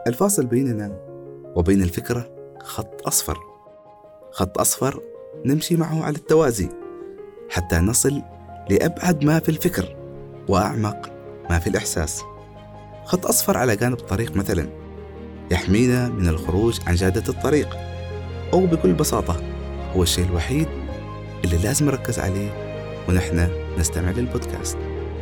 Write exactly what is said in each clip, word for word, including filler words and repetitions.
الفاصل بيننا وبين الفكرة خط أصفر، خط أصفر نمشي معه على التوازي حتى نصل لأبعد ما في الفكر وأعمق ما في الإحساس. خط أصفر على جانب الطريق مثلا يحمينا من الخروج عن جادة الطريق، أو بكل بساطة هو الشيء الوحيد اللي لازم نركز عليه ونحن نستمع للبودكاست.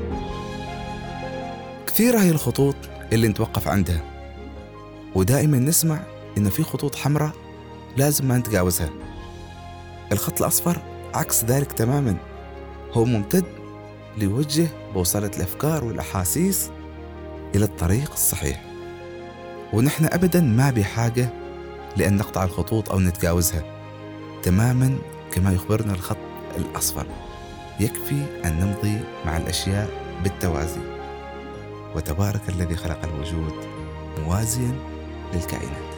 كثيرة هي الخطوط اللي نتوقف عندها، ودائما نسمع إن في خطوط حمراء لازم ما نتجاوزها. الخط الأصفر عكس ذلك تماما، هو ممتد ليوجه بوصلة الأفكار والأحاسيس إلى الطريق الصحيح، ونحن أبدا ما بحاجة لأن نقطع الخطوط أو نتجاوزها، تماما كما يخبرنا الخط الأصفر. يكفي أن نمضي مع الأشياء بالتوازي، وتبارك الذي خلق الوجود موازيا للكائنات.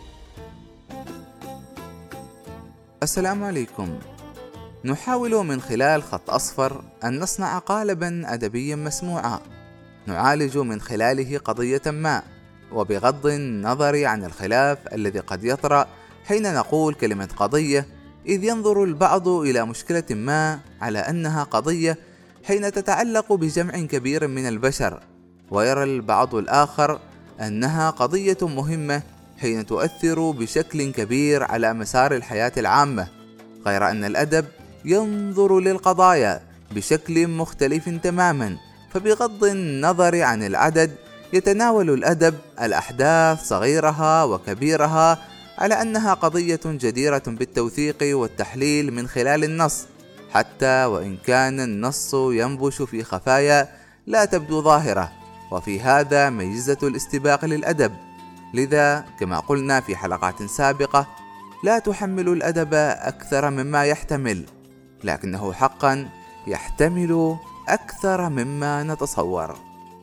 السلام عليكم. نحاول من خلال خط أصفر أن نصنع قالبا أدبيا مسموعا نعالج من خلاله قضية ما، وبغض النظر عن الخلاف الذي قد يطرأ حين نقول كلمة قضية، إذ ينظر البعض إلى مشكلة ما على أنها قضية حين تتعلق بجمع كبير من البشر، ويرى البعض الآخر أنها قضية مهمة حين تؤثر بشكل كبير على مسار الحياة العامة، غير أن الأدب ينظر للقضايا بشكل مختلف تماما. فبغض النظر عن العدد، يتناول الأدب الأحداث صغيرها وكبيرها على أنها قضية جديرة بالتوثيق والتحليل من خلال النص، حتى وإن كان النص ينبش في خفايا لا تبدو ظاهرة. وفي هذا ميزة الاستباق للأدب. لذا كما قلنا في حلقات سابقة، لا تحمل الأدب أكثر مما يحتمل، لكنه حقا يحتمل أكثر مما نتصور.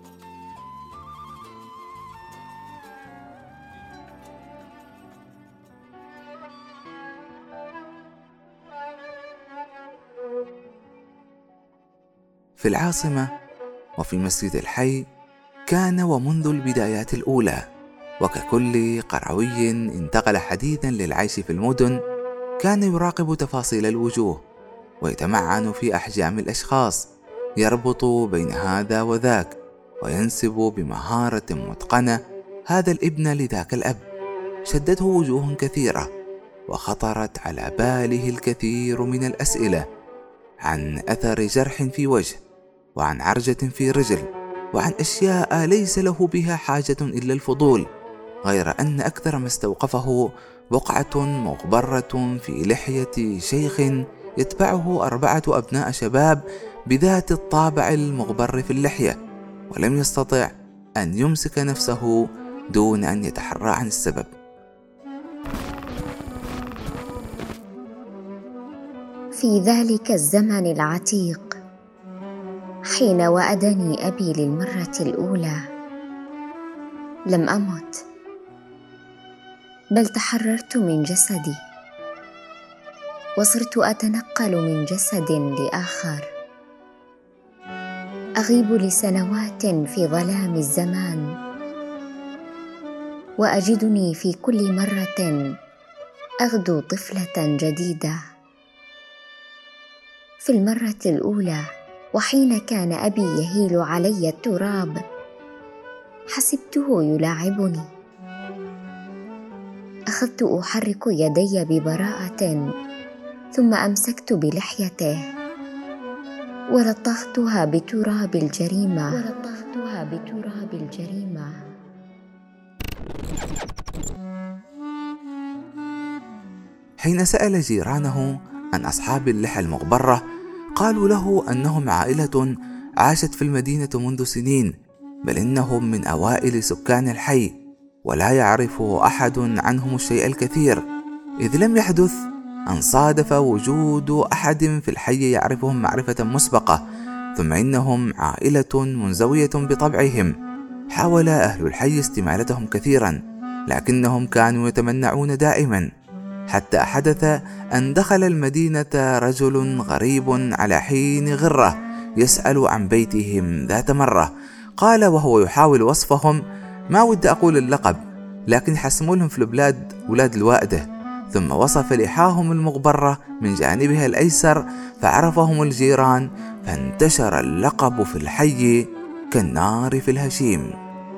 في العاصمة وفي مسجد الحي كان ومنذ البدايات الأولى، وككل قروي انتقل حديثا للعيش في المدن، كان يراقب تفاصيل الوجوه ويتمعن في أحجام الأشخاص، يربط بين هذا وذاك وينسب بمهارة متقنة هذا الابن لذاك الأب. شدته وجوه كثيرة، وخطرت على باله الكثير من الأسئلة عن أثر جرح في وجه، وعن عرجة في رجل، وعن أشياء ليس له بها حاجة إلا الفضول، غير أن أكثر ما استوقفه بقعة مغبرة في لحية شيخ يتبعه أربعة أبناء شباب بذات الطابع المغبر في اللحية، ولم يستطع أن يمسك نفسه دون أن يتحرى عن السبب. في ذلك الزمن العتيق، حين وأدني أبي للمرة الأولى، لم أمت، بل تحررت من جسدي، وصرت أتنقل من جسد لآخر، أغيب لسنوات في ظلام الزمان، وأجدني في كل مرة أغدو طفلة جديدة. في المرة الأولى، وحين كان أبي يهيل علي التراب، حسبته يلاعبني، أخذت أحرك يدي ببراءة، ثم أمسكت بلحيته ولطختها بتراب الجريمة ولطختها بتراب الجريمة. حين سأل جيرانه عن أصحاب اللحى المغبرة، قالوا له أنهم عائلة عاشت في المدينة منذ سنين، بل إنهم من أوائل سكان الحي، ولا يعرف أحد عنهم الشيء الكثير، إذ لم يحدث أن صادف وجود أحد في الحي يعرفهم معرفة مسبقة. ثم إنهم عائلة منزوية بطبعهم. حاول أهل الحي استمالتهم كثيرا، لكنهم كانوا يتمنعون دائما، حتى حدث أن دخل المدينة رجل غريب على حين غرة يسأل عن بيتهم ذات مرة. قال وهو يحاول وصفهم: ما ود أقول اللقب، لكن يحسموا لهم في البلاد ولاد الوائدة. ثم وصف لحاهم المغبرة من جانبها الأيسر فعرفهم الجيران، فانتشر اللقب في الحي كالنار في الهشيم.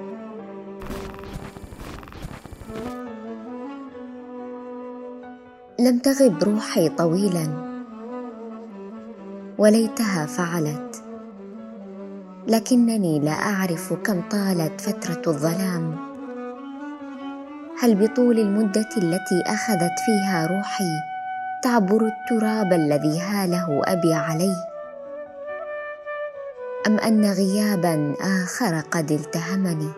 لم تغب روحي طويلا، وليتها فعلت، لكنني لا أعرف كم طالت فترة الظلام. هل بطول المدة التي أخذت فيها روحي تعبر التراب الذي هاله أبي علي، أم أن غيابا آخر قد التهمني؟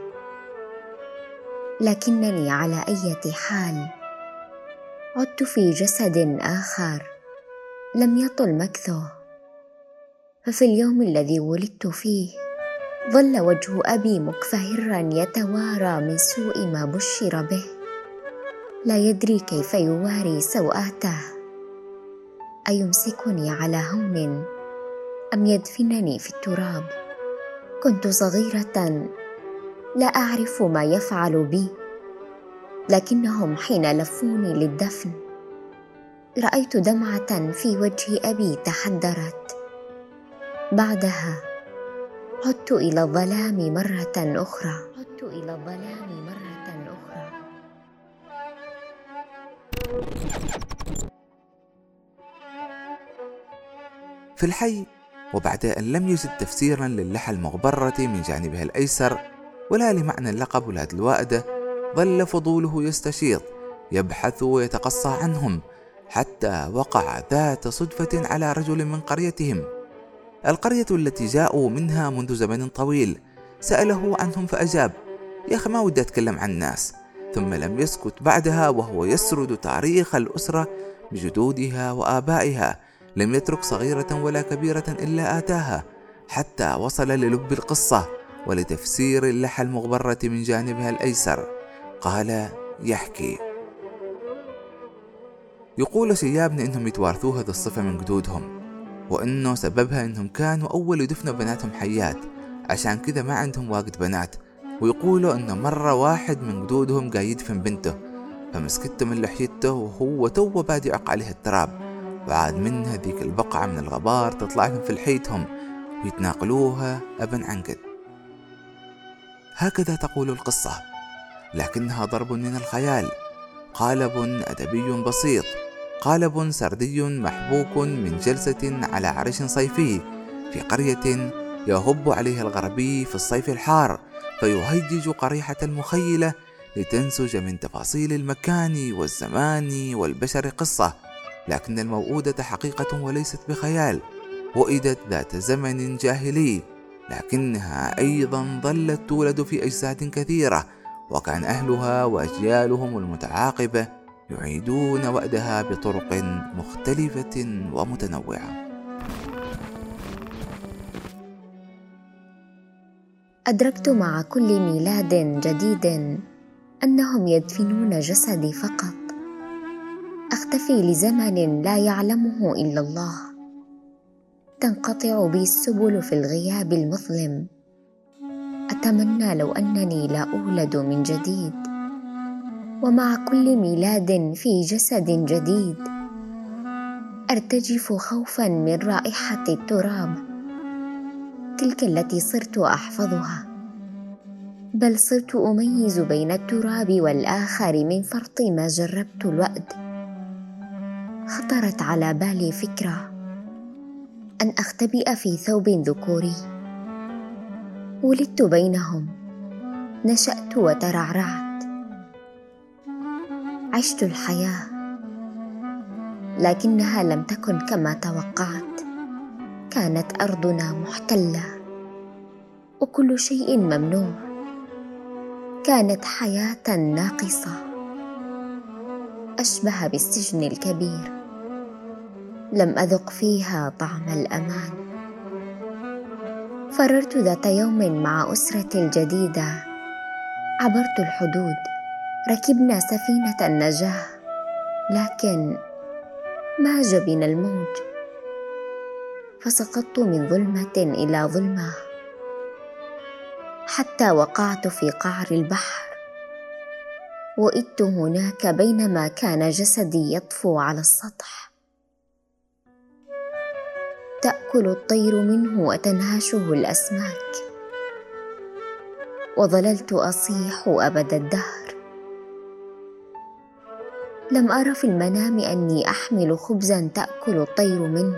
لكنني على أي حال عدت في جسد آخر لم يطل مكثه. ففي اليوم الذي ولدت فيه ظل وجه أبي مكفهرا يتوارى من سوء ما بشر به، لا يدري كيف يواري سوءاته، أيمسكني على هون أم يدفنني في التراب. كنت صغيرة لا أعرف ما يفعل بي، لكنهم حين لفوني للدفن رأيت دمعة في وجه أبي تحدرت. بعدها عدت إلى الظلام مرة أخرى عدت إلى الظلام مرة أخرى. في الحي، وبعد أن لم يجد تفسيرا للحى المغبرة من جانبها الأيسر ولا لمعنى اللقب ولاد الوائدة، ظل فضوله يستشيط يبحث ويتقصى عنهم، حتى وقع ذات صدفة على رجل من قريتهم، القرية التي جاءوا منها منذ زمن طويل. سأله عنهم فأجاب: يا أخي ما ودي أتكلم عن الناس. ثم لم يسكت بعدها وهو يسرد تاريخ الأسرة بجدودها وآبائها، لم يترك صغيرة ولا كبيرة إلا آتاها، حتى وصل للب القصة ولتفسير اللحى المغبرة من جانبها الأيسر. قال يحكي: يقول شيابنا إنهم يتوارثوا هذه الصفة من جدودهم، وإنه سببها إنهم كانوا أول يدفنوا بناتهم حيات، عشان كذا ما عندهم واجد بنات. ويقولوا إنه مرة واحد من جدودهم قاعد يدفن بنته، فمسكته من لحيته وهو تو بادي يعق عليه التراب، وعاد منها ذيك البقعة من الغبار تطلع لهم في لحيتهم ويتناقلوها أبا عن قد. هكذا تقول القصة، لكنها ضرب من الخيال، قالب أدبي بسيط، قالب سردي محبوك من جلسة على عرش صيفي في قرية يهب عليها الغربي في الصيف الحار، فيهيج قريحة المخيلة لتنسج من تفاصيل المكان والزمان والبشر قصة، لكن الموؤودة حقيقة وليست بخيال، وئدت ذات زمن جاهلي، لكنها أيضا ظلت تولد في أجساد كثيرة، وكان أهلها وأجيالهم المتعاقبة يعيدون وأدها بطرق مختلفة ومتنوعة. أدركت مع كل ميلاد جديد أنهم يدفنون جسدي فقط، أختفي لزمن لا يعلمه إلا الله، تنقطع بي السبل في الغياب المظلم. أتمنى لو أنني لا أولد من جديد، ومع كل ميلاد في جسد جديد أرتجف خوفا من رائحة التراب، تلك التي صرت أحفظها، بل صرت أميز بين التراب والآخر من فرط ما جربت الوأد. خطرت على بالي فكرة أن أختبئ في ثوب ذكوري، ولدت بينهم، نشأت وترعرعت، عشت الحياة، لكنها لم تكن كما توقعت. كانت أرضنا محتلة وكل شيء ممنوع، كانت حياة ناقصة أشبه بالسجن الكبير، لم أذق فيها طعم الأمان. فررت ذات يوم مع أسرتي الجديدة، عبرت الحدود، ركبنا سفينة النجاة، لكن ماج بنا الموج، فسقطت من ظلمة إلى ظلمة حتى وقعت في قعر البحر. وئدت هناك بينما كان جسدي يطفو على السطح. تأكل الطير منه وتنهشه الأسماك، وظللت أصيح أبد الدهر. لم أر في المنام أني أحمل خبزا تأكل الطير منه،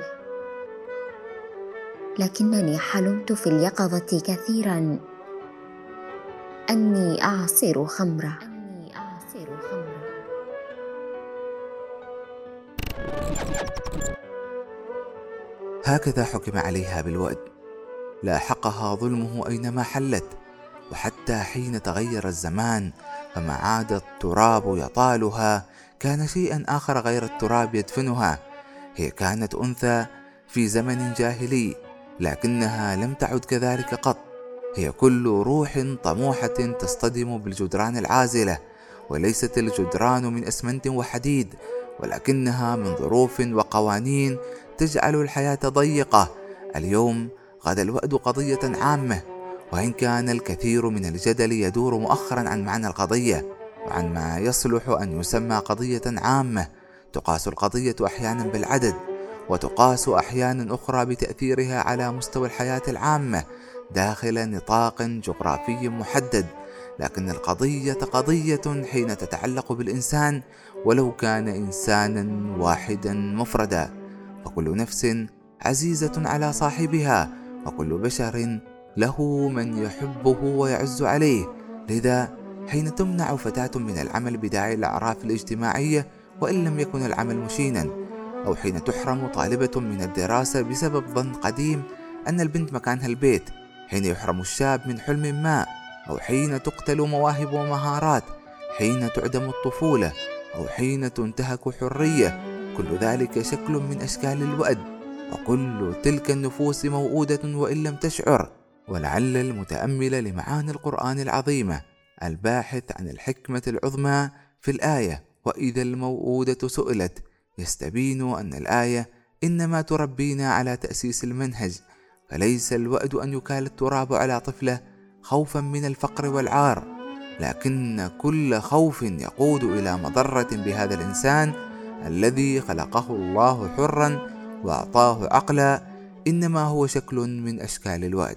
لكنني حلمت في اليقظة كثيرا أني أعصر خمرا. هكذا حكم عليها بالوأد، لاحقها ظلمه أينما حلت، وحتى حين تغير الزمان فما عاد التراب يطالها كان شيئا آخر غير التراب يدفنها. هي كانت أنثى في زمن جاهلي، لكنها لم تعد كذلك قط. هي كل روح طموحة تصطدم بالجدران العازلة، وليست الجدران من أسمنت وحديد، ولكنها من ظروف وقوانين تجعل الحياة ضيقة. اليوم غدا الوأد قضية عامة، وإن كان الكثير من الجدل يدور مؤخرا عن معنى القضية وعن ما يصلح أن يسمى قضية عامة. تقاس القضية أحيانا بالعدد، وتقاس أحيانا أخرى بتأثيرها على مستوى الحياة العامة داخل نطاق جغرافي محدد، لكن القضية قضية حين تتعلق بالإنسان ولو كان إنسانا واحدا مفردا، فكل نفس عزيزة على صاحبها، وكل بشر له من يحبه ويعز عليه. لذا حين تمنع فتاة من العمل بداعي الأعراف الاجتماعية وإن لم يكن العمل مشينا، أو حين تحرم طالبة من الدراسة بسبب ظن قديم أن البنت مكانها البيت، حين يحرم الشاب من حلم ما، أو حين تقتل مواهب ومهارات، حين تعدم الطفولة، أو حين تنتهك حرية، كل ذلك شكل من أشكال الوأد، وكل تلك النفوس موؤودة وإن لم تشعر. ولعل المتأمل لمعاني القرآن العظيمة الباحث عن الحكمة العظمى في الآية وإذا الموؤودة سئلت يستبين أن الآية إنما تربينا على تأسيس المنهج، فليس الوأد أن يكال التراب على طفلة خوفا من الفقر والعار، لكن كل خوف يقود إلى مضرة بهذا الإنسان الذي خلقه الله حرا وأعطاه عقلا إنما هو شكل من أشكال الوأد.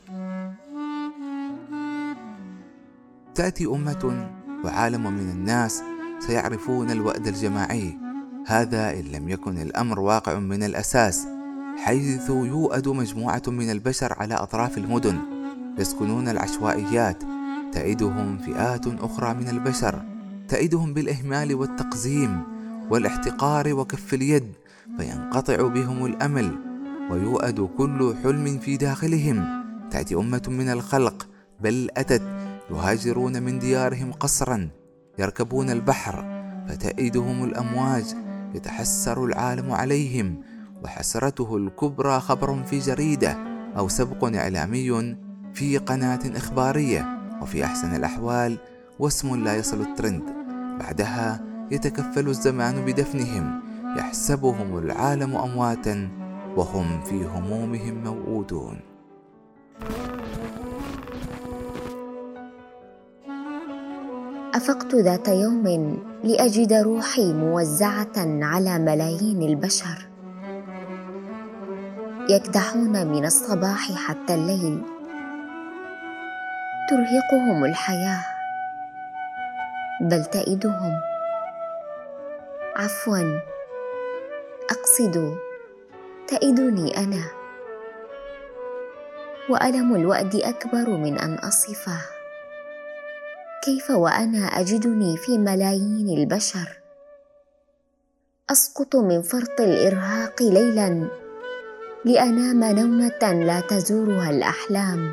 تأتي أمة وعالم من الناس سيعرفون الوأد الجماعي، هذا إن لم يكن الأمر واقع من الأساس، حيث يوأد مجموعة من البشر على أطراف المدن يسكنون العشوائيات، تأيدهم فئات أخرى من البشر، تأيدهم بالإهمال والتقزيم والاحتقار وكف اليد، فينقطع بهم الأمل ويوأد كل حلم في داخلهم. تأتي أمة من الخلق بل أتت يهاجرون من ديارهم قسرا، يركبون البحر فتأيدهم الأمواج، يتحسر العالم عليهم، وحسرته الكبرى خبر في جريدة أو سبق إعلامي في قناة إخبارية، وفي أحسن الأحوال واسم لا يصل الترند. بعدها يتكفل الزمان بدفنهم، يحسبهم العالم أمواتا وهم في همومهم موؤودون. أفقت ذات يوم لأجد روحي موزعة على ملايين البشر يكدحون من الصباح حتى الليل، ترهقهم الحياة بل تئدهم. عفوا، أقصد تئدني أنا، وألم الوأد أكبر من أن أصفه. كيف وأنا أجدني في ملايين البشر أسقط من فرط الإرهاق ليلا لأنام نومة لا تزورها الأحلام.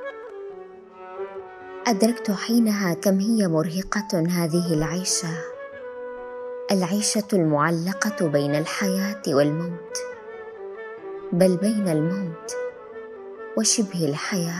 أدركت حينها كم هي مرهقة هذه العيشة، العيشة المعلقة بين الحياة والموت، بل بين الموت وشبه الحياة.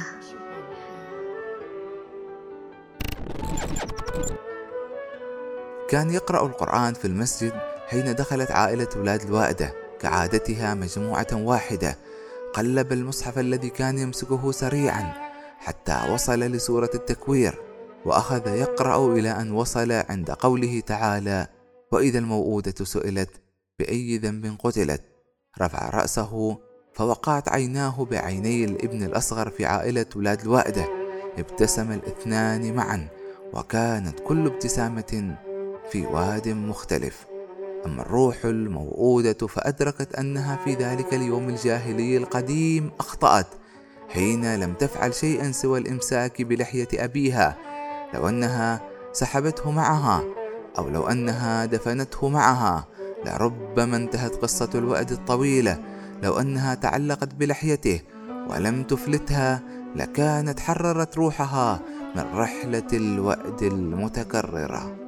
كان يقرأ القرآن في المسجد حين دخلت عائلة أولاد الوائدة كعادتها مجموعة واحدة. قلب المصحف الذي كان يمسكه سريعا حتى وصل لسورة التكوير، وأخذ يقرأ إلى أن وصل عند قوله تعالى: وإذا الموءودة سئلت بأي ذنب قتلت. رفع رأسه فوقعت عيناه بعيني الابن الأصغر في عائلة ولاد الوأدة. ابتسم الاثنان معا، وكانت كل ابتسامة في واد مختلف. أما الروح الموءودة فأدركت أنها في ذلك اليوم الجاهلي القديم أخطأت، حين لم تفعل شيئا سوى الإمساك بلحية أبيها. لو أنها سحبته معها، أو لو أنها دفنته معها، لربما انتهت قصة الوأد الطويلة. لو أنها تعلقت بلحيته ولم تفلتها، لكانت حررت روحها من رحلة الوأد المتكررة.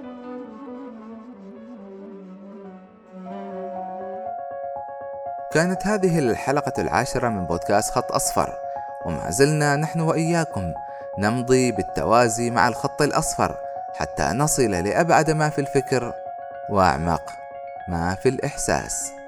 كانت هذه الحلقة العاشرة من بودكاست خط أصفر، وما زلنا نحن وإياكم نمضي بالتوازي مع الخط الأصفر حتى نصل لأبعد ما في الفكر وأعمق ما في الإحساس.